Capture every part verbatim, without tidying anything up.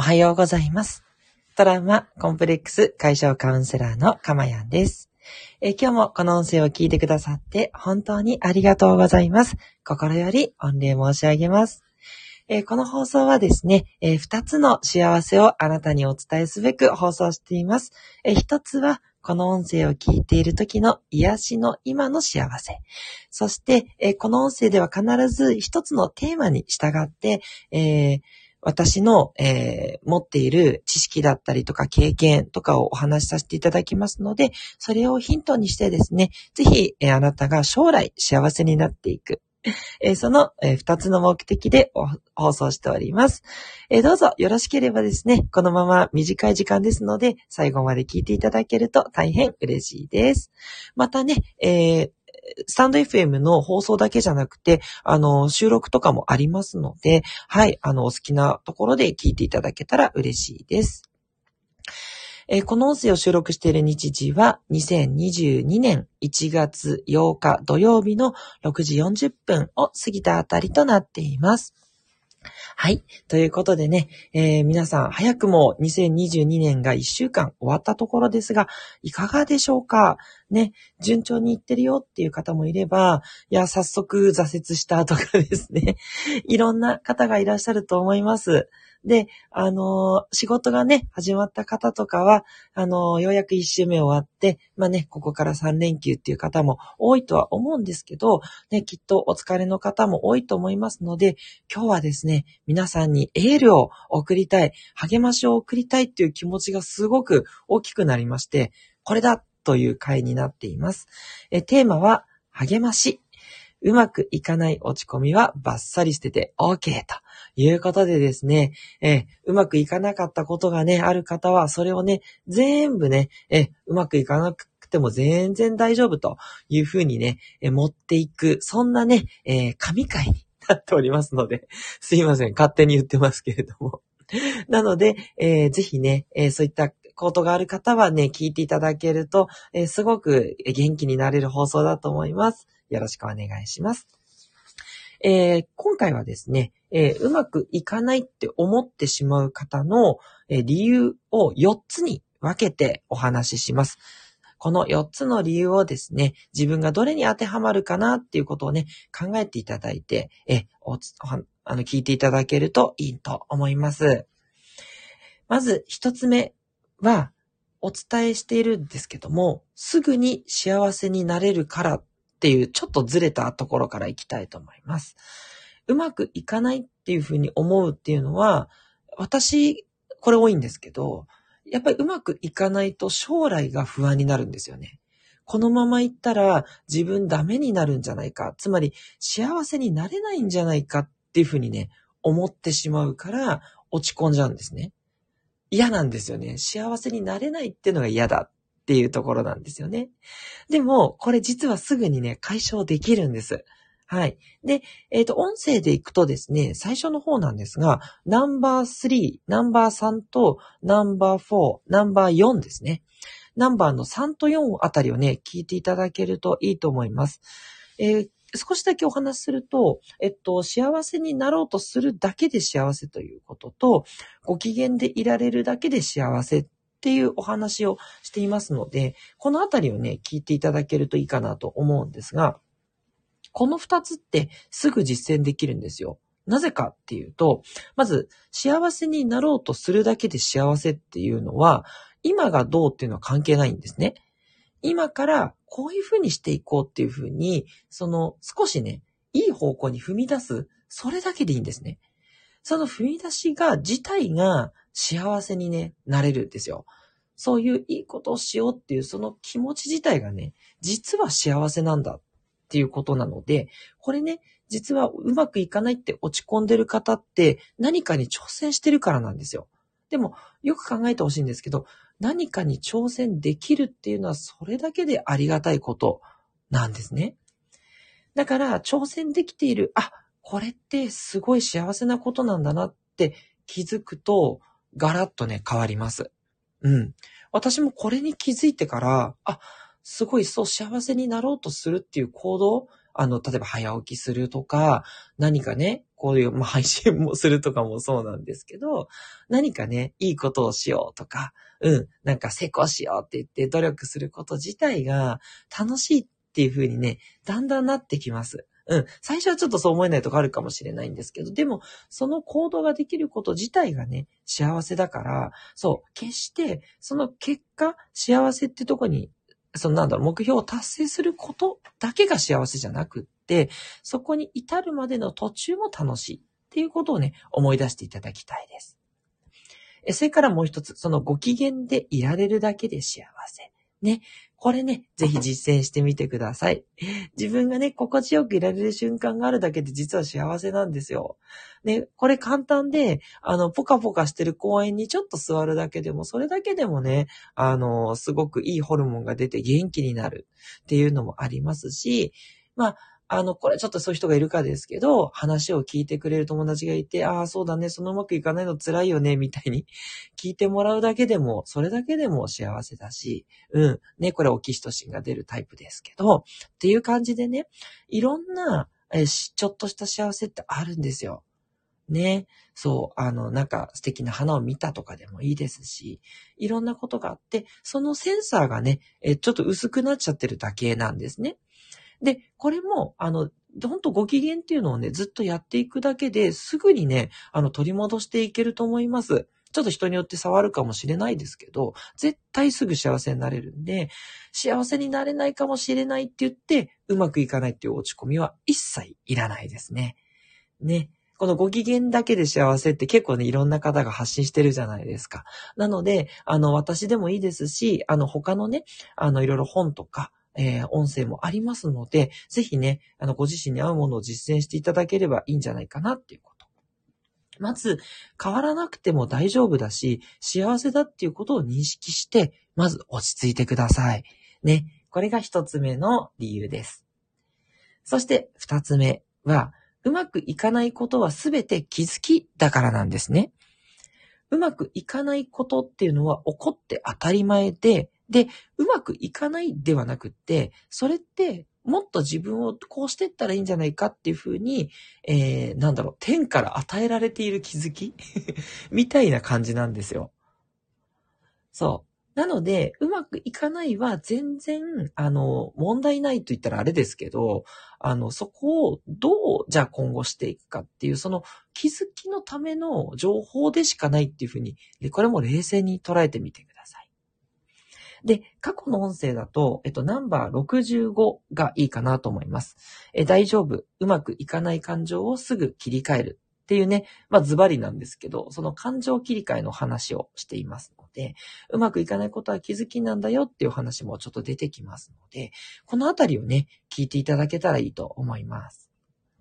はようございます。トラウマコンプレックス解消カウンセラーのかまやんです。えー今日もこの音声を聞いてくださって本当にありがとうございます。心より御礼申し上げます。えーこの放送はですね、えー、ふたつの幸せをあなたにお伝えすべく放送しています。えー、ひとつはこの音声を聞いている時の癒しの今の幸せ。そして、えーこの音声では必ずひとつのテーマに従って、えー私の、えー持っている知識だったりとか経験とかをお話しさせていただきますので、それをヒントにしてですね、ぜひ、えーあなたが将来幸せになっていく。えーその、えー二つの目的でお放送しております、えーどうぞよろしければですね、このまま短い時間ですので、最後まで聞いていただけると大変嬉しいです。またね、えースタンド エフエム の放送だけじゃなくて、あの、収録とかもありますので、はい、あの、お好きなところで聞いていただけたら嬉しいです。えーこの音声を収録している日時はにせんにじゅうにねんいちがつようか土曜日のろくじよんじゅっぷんを過ぎたあたりとなっています。はい。ということでね、えー皆さん早くもにせんにじゅうにねんがいっしゅうかん終わったところですが、いかがでしょうかね、順調にいってるよっていう方もいれば、いや、早速挫折したとかですね、いろんな方がいらっしゃると思います。で、あのー仕事がね、始まった方とかは、あのーようやくいっ週目終わって、まあね、ここからさん連休っていう方も多いとは思うんですけど、ね、きっとお疲れの方も多いと思いますので、今日はですね、皆さんにエールを送りたい、励ましを送りたいっていう気持ちがすごく大きくなりまして、これだという回になっています。えテーマは、励まし。うまくいかない落ち込みはバッサリ捨てて OK ということでですね、えうまくいかなかったことがね、ある方は、それをね、全部ね、えうまくいかなくても全然大丈夫というふうにね、え持っていく、そんなね、えー神回になっておりますので、すいません、勝手に言ってますけれども。なので、えーぜひね、えーそういったことがある方はね、聞いていただけると、えーすごく元気になれる放送だと思います。よろしくお願いします。えー今回はですね、えーうまくいかないって思ってしまう方の、えー理由をよっつに分けてお話しします。このよっつの理由をですね、自分がどれに当てはまるかなっていうことをね、考えていただいて、えおつおはあの聞いていただけるといいと思います。まず一つ目は、お伝えしているんですけども、すぐに幸せになれるからっていうちょっとずれたところからいきたいと思います。うまくいかないっていうふうに思うっていうのは、私、これ多いんですけど、やっぱりうまくいかないと将来が不安になるんですよね。このままいったら自分ダメになるんじゃないか。つまり幸せになれないんじゃないかっていうふうにね、思ってしまうから落ち込んじゃうんですね。嫌なんですよね。幸せになれないっていうのが嫌だっていうところなんですよね。でも、これ実はすぐにね、解消できるんです。はい。で、えっと、音声でいくとですね、最初の方なんですが、ナンバースリー、ナンバースリーとナンバーフォー、ナンバーフォーですね。ナンバーのさんとよんあたりをね、聞いていただけるといいと思います。えー少しだけお話しすると、えっと、幸せになろうとするだけで幸せということと、ご機嫌でいられるだけで幸せっていうお話をしていますので、このあたりをね、聞いていただけるといいかなと思うんですが、この二つってすぐ実践できるんですよ。なぜかっていうと、まず、幸せになろうとするだけで幸せっていうのは、今がどうっていうのは関係ないんですね。今からこういう風にしていこうっていう風に、その少しね、いい方向に踏み出す、それだけでいいんですね。その踏み出しが、自体が幸せにね、なれるんですよ。そういういいことをしようっていうその気持ち自体がね、実は幸せなんだっていうことなので、これね、実はうまくいかないって落ち込んでる方って何かに挑戦してるからなんですよ。でも、よく考えてほしいんですけど、何かに挑戦できるっていうのはそれだけでありがたいことなんですね。だから挑戦できている、あ、これってすごい幸せなことなんだなって気づくとガラッとね変わります。うん。私もこれに気づいてから、あ、すごいそう幸せになろうとするっていう行動、あの、例えば早起きするとか、何かね、 こういう、まあ、配信もするとかもそうなんですけど、何かね、いいことをしようとか、うん、なんか成功しようって言って努力すること自体が楽しいっていう風にね、だんだんなってきます。うん。最初はちょっとそう思えないとこあるかもしれないんですけど、でも、その行動ができること自体がね、幸せだから、そう、決して、その結果、幸せってとこに、そのなんだろう、目標を達成することだけが幸せじゃなくって、そこに至るまでの途中も楽しいっていうことをね、思い出していただきたいです。それからもう一つ、そのご機嫌でいられるだけで幸せ。ね。これね、ぜひ実践してみてください。自分がね、心地よくいられる瞬間があるだけで実は幸せなんですよ。ね、これ簡単で、あの、ポカポカしてる公園にちょっと座るだけでも、それだけでもね、あの、すごくいいホルモンが出て元気になるっていうのもありますし、まあ、あの、これちょっとそういう人がいるかですけど、話を聞いてくれる友達がいて、ああ、そうだね、そのうまくいかないの辛いよね、みたいに聞いてもらうだけでも、それだけでも幸せだし、うん、ね、これオキシトシンが出るタイプですけど、っていう感じでね、いろんな、えちょっとした幸せってあるんですよ。ね。そう、あの、なんか素敵な花を見たとかでもいいですし、いろんなことがあって、そのセンサーがね、えちょっと薄くなっちゃってるだけなんですね。で、これも、あの、ほんとご機嫌っていうのをね、ずっとやっていくだけですぐにね、あの、取り戻していけると思います。ちょっと人によって差はあるかもしれないですけど、絶対すぐ幸せになれるんで、幸せになれないかもしれないって言って、うまくいかないっていう落ち込みは一切いらないですね。ね。このご機嫌だけで幸せって結構ね、いろんな方が発信してるじゃないですか。なので、あの、私でもいいですし、あの、他のね、あの、いろいろ本とか、えー、音声もありますので、ぜひね、あの、ご自身に合うものを実践していただければいいんじゃないかなっていうこと。まず、変わらなくても大丈夫だし、幸せだっていうことを認識して、まず落ち着いてください。ね。これが一つ目の理由です。そして二つ目は、うまくいかないことはすべて気づきだからなんですね。うまくいかないことっていうのは起こって当たり前で、で、うまくいかないではなくって、それってもっと自分をこうしていったらいいんじゃないかっていうふうに、えー、なんだろう、天から与えられている気づきみたいな感じなんですよ。そう。なので、うまくいかないは全然、あの、問題ないと言ったらあれですけど、あの、そこをどう、じゃあ今後していくかっていう、その気づきのための情報でしかないっていうふうに、これも冷静に捉えてみてください。で、過去の音声だと、えっと、ナンバーろくじゅうごがいいかなと思います。え、大丈夫。うまくいかない感情をすぐ切り替える。っていうね、まあズバリなんですけど、その感情切り替えの話をしていますので、うまくいかないことは気づきなんだよっていう話もちょっと出てきますので、このあたりをね、聞いていただけたらいいと思います。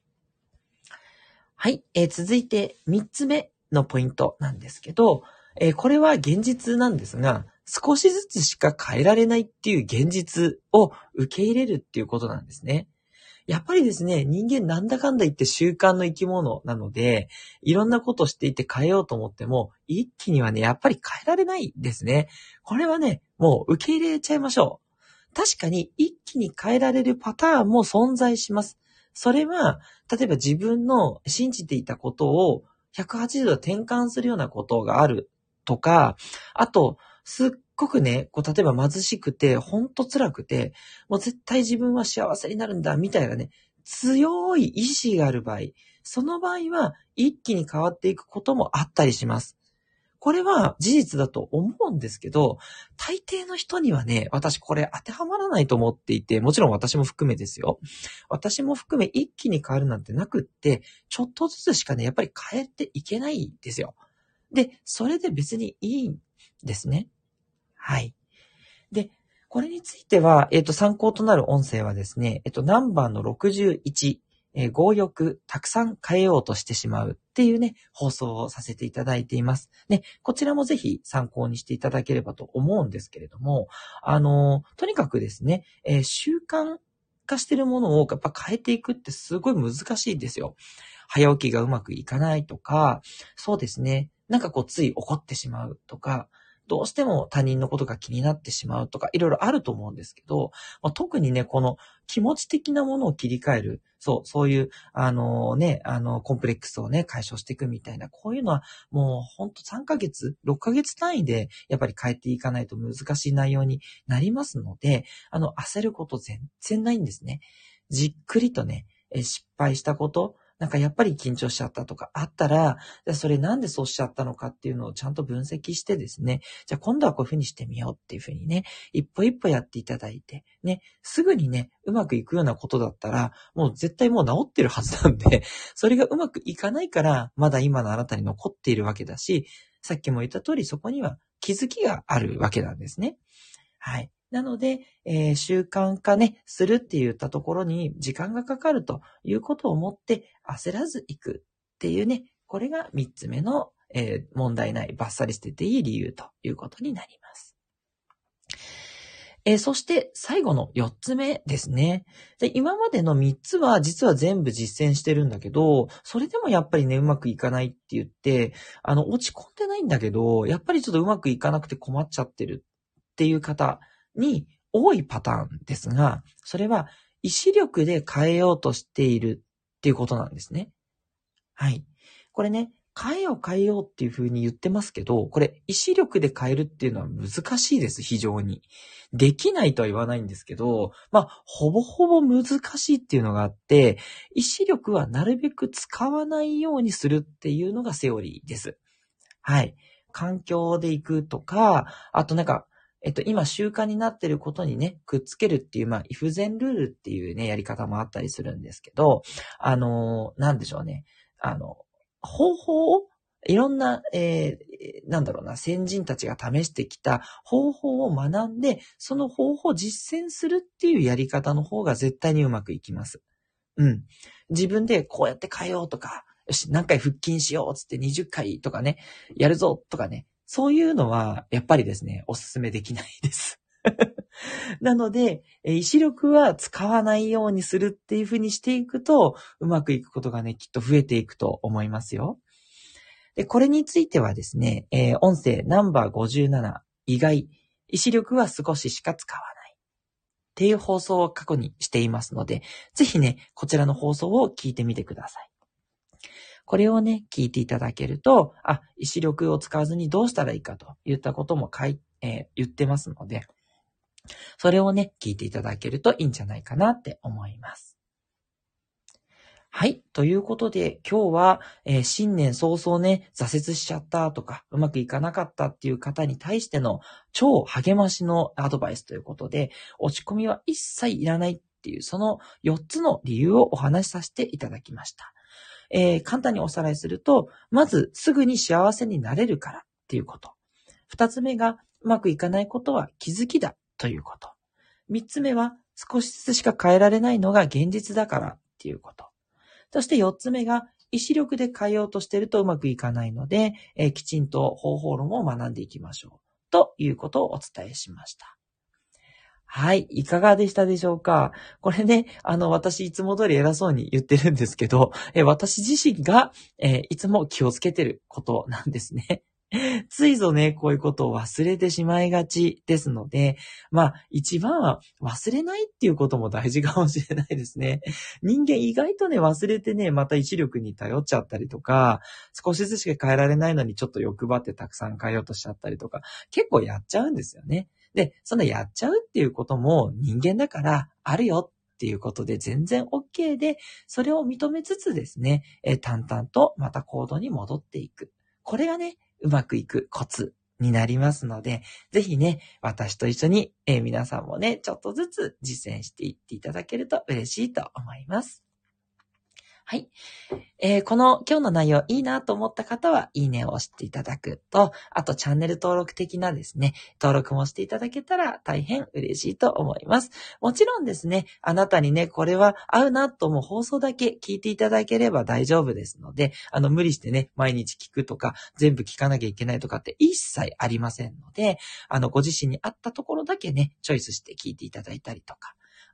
はい、えー、続いてみっつめのポイントなんですけど、えー、これは現実なんですが、少しずつしか変えられないっていう現実を受け入れるっていうことなんですね。やっぱりですね、人間なんだかんだ言って習慣の生き物なので、いろんなことをしていて変えようと思っても、一気にはね、やっぱり変えられないですね。これはね、もう受け入れちゃいましょう。確かに一気に変えられるパターンも存在します。それは、例えば自分の信じていたことをひゃくはちじゅうど転換するようなことがあるとか、あと、すっごくね、こう、例えば貧しくて、ほんと辛くて、もう絶対自分は幸せになるんだ、みたいなね、強い意志がある場合、その場合は一気に変わっていくこともあったりします。これは事実だと思うんですけど、大抵の人にはね、私これ当てはまらないと思っていて、もちろん私も含めですよ。私も含め一気に変わるなんてなくって、ちょっとずつしかね、やっぱり変えていけないんですよ。で、それで別にいいんですね。はい。で、これについては、えっと、参考となる音声はですね、えっと、ナンバーのろくじゅういち、えー、強欲、たくさん変えようとしてしまうっていうね、放送をさせていただいています。ね、こちらもぜひ参考にしていただければと思うんですけれども、あのー、とにかくですね、えー、習慣化してるものをやっぱ変えていくってすごい難しいんですよ。早起きがうまくいかないとか、そうですね、なんかこうつい怒ってしまうとか、 どうしても他人のことが気になってしまうとか、いろいろあると思うんですけど、まあ、特にね、この気持ち的なものを切り替える、そう、そういう、あのね、あの、コンプレックスをね、解消していくみたいな、こういうのはもうほんとさんかげつ、ろっかげつ単位で、やっぱり変えていかないと難しい内容になりますので、あの、焦ること全然ないんですね。じっくりとね、え失敗したこと、なんかやっぱり緊張しちゃったとかあったら、じゃあそれなんでそうしちゃったのかっていうのをちゃんと分析してですね、じゃあ今度はこういうふうにしてみようっていうふうにね、一歩一歩やっていただいて、ね、すぐにね、うまくいくようなことだったら、もう絶対もう治ってるはずなんで、それがうまくいかないから、まだ今のあなたに残っているわけだし、さっきも言った通りそこには気づきがあるわけなんですね。はい。なので、えー習慣化ね、するって言ったところに時間がかかるということを思って焦らずいくっていうね、これが三つ目の、えー問題ない、バッサリ捨てていい理由ということになります。えーそして最後の四つ目ですね。で、今までの三つは実は全部実践してるんだけど、それでもやっぱりね、うまくいかないって言って、あの、落ち込んでないんだけど、やっぱりちょっとうまくいかなくて困っちゃってるっていう方に多いパターンですが、それは意志力で変えようとしているっていうことなんですね。はい。これね、変えよう変えようっていう風に言ってますけど、これ意志力で変えるっていうのは難しいです、非常に。できないとは言わないんですけど、まあ、ほぼほぼ難しいっていうのがあって、意志力はなるべく使わないようにするっていうのがセオリーです。はい。環境で行くとか、あとなんか、えっと、今習慣になってることにね、くっつけるっていう、まあ、イフゼンルールっていうね、やり方もあったりするんですけど、あのーなんでしょうね。あの、方法を、いろんな、えーなんだろうな、先人たちが試してきた方法を学んで、その方法を実践するっていうやり方の方が絶対にうまくいきます。うん。自分でこうやって変えようとか、よし、何回腹筋しようつってにじゅっかいとかね、やるぞとかね、そういうのはやっぱりですね、お勧めできないです。なので、え意志力は使わないようにするっていう風にしていくと、うまくいくことがね、きっと増えていくと思いますよ。で、これについてはですね、えー音声ナンバーごじゅうなな、意外、意志力は少ししか使わないっていう放送を過去にしていますので、ぜひね、こちらの放送を聞いてみてください。これをね、聞いていただけると、あ、意志力を使わずにどうしたらいいかといったことも書い、えー言ってますので、それをね、聞いていただけるといいんじゃないかなって思います。はい。ということで、今日は、えー新年早々ね、挫折しちゃったとか、うまくいかなかったっていう方に対しての超励ましのアドバイスということで、落ち込みは一切いらないっていう、そのよっつの理由をお話しさせていただきました。えー簡単におさらいすると、まずすぐに幸せになれるからっていうこと。二つ目が、うまくいかないことは気づきだということ。三つ目は、少しずつしか変えられないのが現実だからっていうこと。そして四つ目が、意志力で変えようとしているとうまくいかないので、えーきちんと方法論を学んでいきましょう。ということをお伝えしました。はい。いかがでしたでしょうか？これね、あの、私いつも通り偉そうに言ってるんですけど、え私自身が、えーいつも気をつけてることなんですね。ついぞね、こういうことを忘れてしまいがちですので、まあ、一番は忘れないっていうことも大事かもしれないですね。人間意外とね、忘れてね、また意志力に頼っちゃったりとか、少しずつしか変えられないのにちょっと欲張ってたくさん変えようとしちゃったりとか、結構やっちゃうんですよね。で、そのやっちゃうっていうことも人間だからあるよっていうことで全然 OK で、それを認めつつですね、えー淡々とまた行動に戻っていく。これがね、うまくいくコツになりますので、ぜひね、私と一緒に、えー皆さんもね、ちょっとずつ実践していっていただけると嬉しいと思います。はい。えーこの今日の内容いいなと思った方は、いいねを押していただくと、あとチャンネル登録的なですね、登録もしていただけたら大変嬉しいと思います。もちろんですね、あなたにね、これは合うなと思う放送だけ聞いていただければ大丈夫ですので、あの、無理してね、毎日聞くとか、全部聞かなきゃいけないとかって一切ありませんので、あの、ご自身に合ったところだけね、チョイスして聞いていただいたりとか、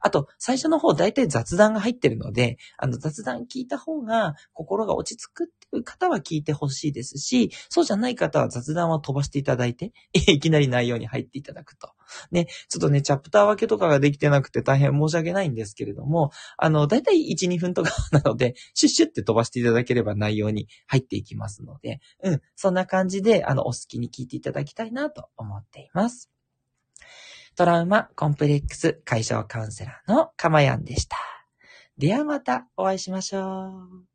あと、最初の方だいたい雑談が入ってるので、あの雑談聞いた方が心が落ち着くっていう方は聞いてほしいですし、そうじゃない方は雑談は飛ばしていただいて、いきなり内容に入っていただくと。ね、ちょっとね、チャプター分けとかができてなくて大変申し訳ないんですけれども、あの、だいたいいち、にふんとかなので、シュッシュって飛ばしていただければ内容に入っていきますので、うん、そんな感じで、あの、お好きに聞いていただきたいなと思っています。トラウマコンプレックス解消カウンセラーのかまやんでした。ではまたお会いしましょう。